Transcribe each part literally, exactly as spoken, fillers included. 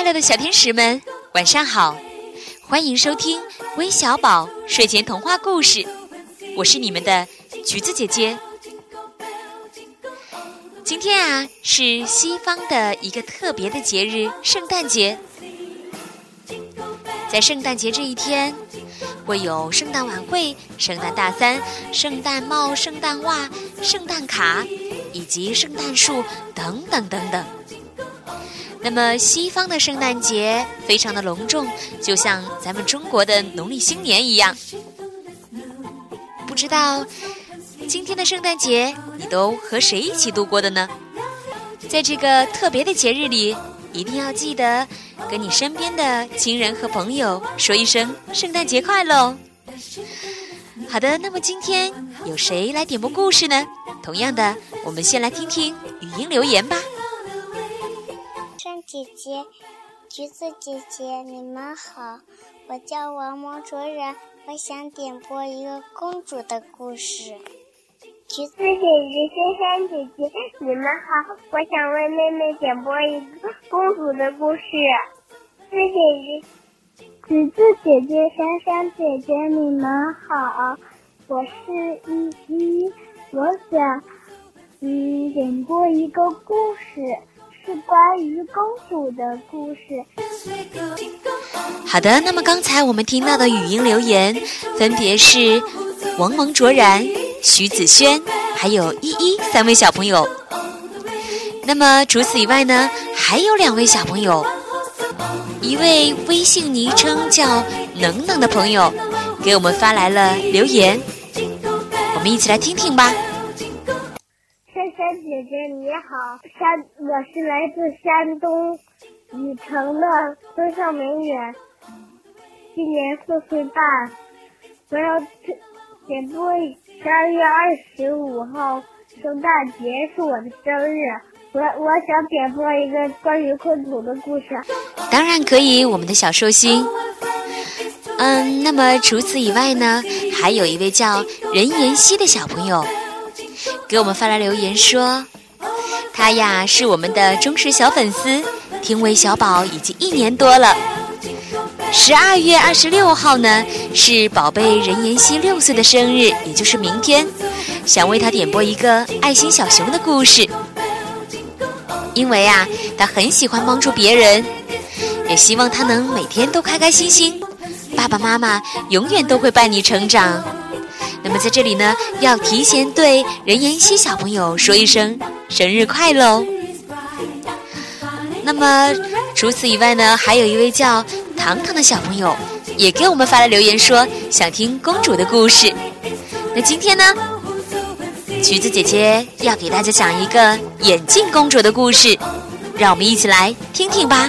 快乐的小天使们，晚上好！欢迎收听微小宝睡前童话故事，我是你们的橘子姐姐。今天啊，是西方的一个特别的节日——圣诞节。在圣诞节这一天，会有圣诞晚会、圣诞大餐、圣诞帽、圣诞袜、圣诞卡以及圣诞树等等等等。那么西方的圣诞节非常的隆重，就像咱们中国的农历新年一样。不知道今天的圣诞节你都和谁一起度过的呢？在这个特别的节日里，一定要记得跟你身边的亲人和朋友说一声圣诞节快乐哦。好的，那么今天有谁来点播故事呢？同样的，我们先来听听语音留言吧。 圣姐姐，橘子姐姐，你们好，我叫王萌卓然，我想点播一个公主的故事。橘子姐姐，仙山姐姐，你们好，我想为妹妹点播一个公主的故事。橘子姐姐，橘子姐姐，珊珊姐姐，你们好，我是依依，我想嗯点播一个故事，是关于公主的故事。 好的，那么刚才我们听到的语音留言分别是王萌卓然、徐子轩还有依依三位小朋友。那么除此以外呢，还有两位小朋友，一位微信昵称叫能能的朋友给我们发来了留言，我们一起来听听吧。 珊珊姐姐你好，山我是来自山东禹城的孙尚美远，今年四岁半，我要点播十二月二十五号圣诞节是我的生日，我我想点播一个关于公主的故事。 当然可以，我们的小寿星。嗯，那么除此以外呢，还有一位叫任妍希的小朋友给我们发来留言说，他呀是我们的忠实小粉丝，听微小宝已经一年多了。十二月二十六号呢是宝贝任妍希六岁的生日，也就是明天，想为他点播一个爱心小熊的故事。因为啊他很喜欢帮助别人，也希望他能每天都开开心心，爸爸妈妈永远都会伴你成长。那么在这里呢，要提前对任妍希小朋友说一声生日快乐哦。那么除此以外呢，还有一位叫糖糖的小朋友也给我们发了留言说想听公主的故事。那今天呢，橘子姐姐要给大家讲一个眼镜公主的故事，让我们一起来听听吧。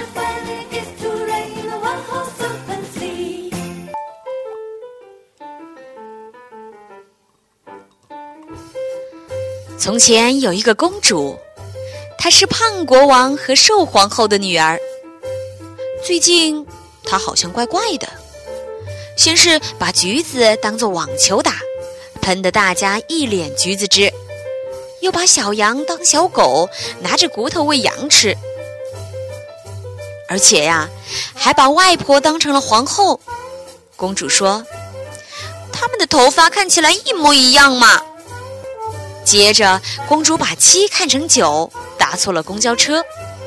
从前有一个公主，她是胖国王和瘦皇后的女儿。最近她好像怪怪的，先是把橘子当作网球打，喷得大家一脸橘子汁，又把小羊当小狗，拿着骨头喂羊吃，而且呀还把外婆当成了皇后。公主说，他们的头发看起来一模一样嘛。接着公主把七看成九，搭错了公交车。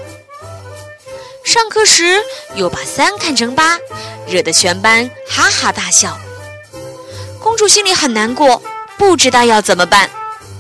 上课时又把三看成八，惹得全班哈哈大笑。公主心里很难过，不知道要怎么办。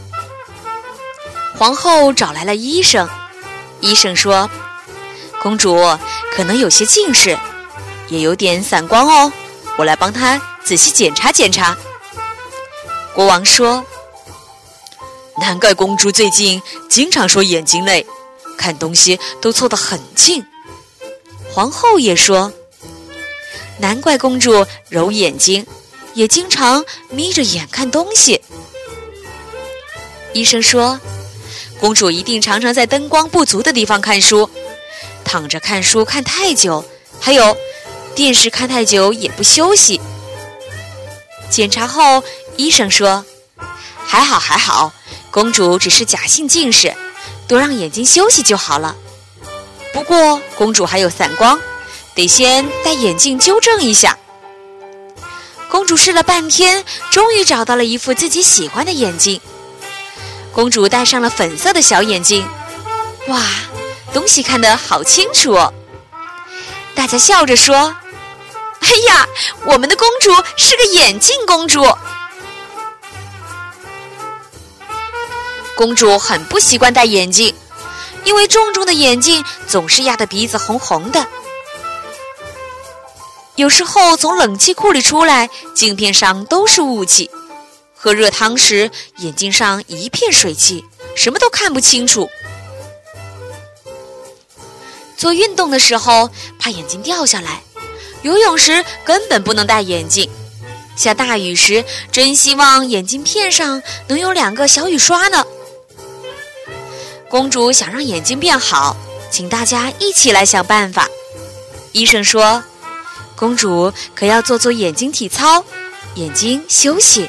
皇后找来了医生，医生说，公主可能有些近视，也有点散光哦，我来帮她仔细检查检查。国王说，难怪公主最近经常说眼睛累，看东西都凑得很近。皇后也说，难怪公主揉眼睛，也经常眯着眼看东西。医生说，公主一定常常在灯光不足的地方看书，躺着看书看太久，还有电视看太久也不休息。检查后，医生说，还好还好，公主只是假性近视，多让眼睛休息就好了。 不过公主还有散光，得先戴眼镜纠正一下。公主试了半天，终于找到了一副自己喜欢的眼镜。公主戴上了粉色的小眼镜，哇，东西看得好清楚哦！大家笑着说：“哎呀，我们的公主是个眼镜公主。”公主很不习惯戴眼镜，因为重重的眼镜总是压得鼻子红红的。有时候从冷气库里出来，镜片上都是雾气；喝热汤时，眼镜上一片水汽，什么都看不清楚。做运动的时候，怕眼镜掉下来；游泳时根本不能戴眼镜；下大雨时，真希望眼镜片上能有两个小雨刷呢。公主想让眼睛变好，请大家一起来想办法。医生说，公主可要做做眼睛体操，眼睛休息。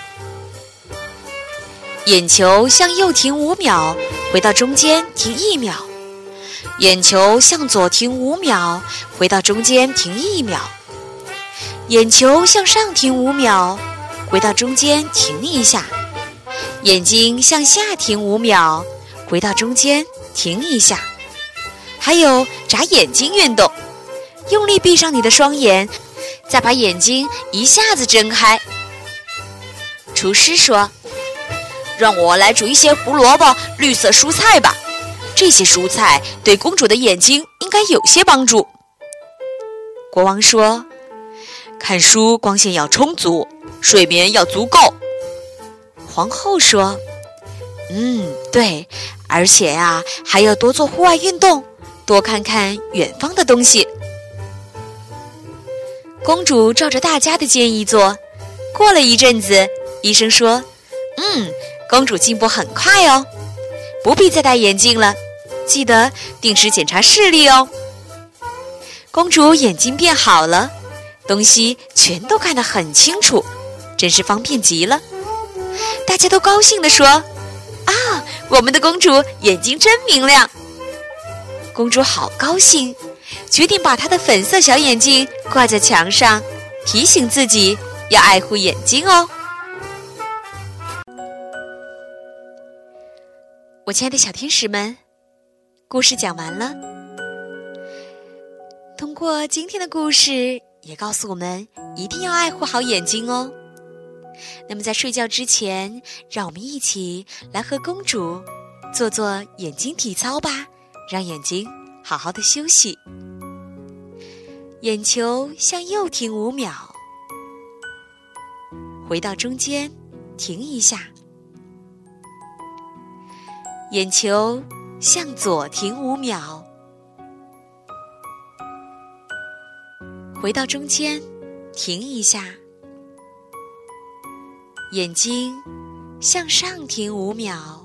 眼球向右停五秒，回到中间停一秒。眼球向左停五秒，回到中间停一秒。眼球向上停五秒，回到中间停一下。眼睛向下停五秒，回到中间停一下。还有眨眼睛运动，用力闭上你的双眼，再把眼睛一下子睁开。厨师说，让我来煮一些胡萝卜、绿色蔬菜吧，这些蔬菜对公主的眼睛应该有些帮助。国王说，看书光线要充足，睡眠要足够。皇后说，嗯，对，而且呀、啊，还要多做户外运动，多看看远方的东西。公主照着大家的建议做，过了一阵子，医生说，嗯，公主进步很快哦，不必再戴眼镜了，记得定时检查视力哦。公主眼睛变好了，东西全都看得很清楚，真是方便极了。大家都高兴地说，啊，我们的公主眼睛真明亮。公主好高兴，决定把她的粉色小眼镜挂在墙上，提醒自己要爱护眼睛哦。我亲爱的小天使们，故事讲完了。通过今天的故事，也告诉我们一定要爱护好眼睛哦。那么在睡觉之前，让我们一起来和公主做做眼睛体操吧，让眼睛好好的休息。眼球向右停五秒，回到中间停一下。眼球向左停五秒，回到中间停一下。眼睛向上停五秒，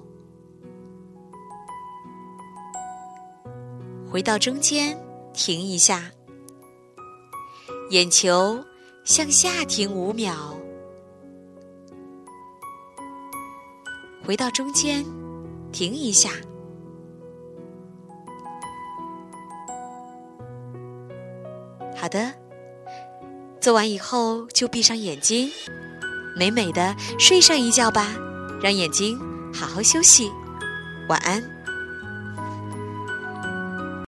回到中间停一下。眼球向下停五秒，回到中间停一下。好的，做完以后就闭上眼睛，美美的睡上一觉吧，让眼睛好好休息。晚安。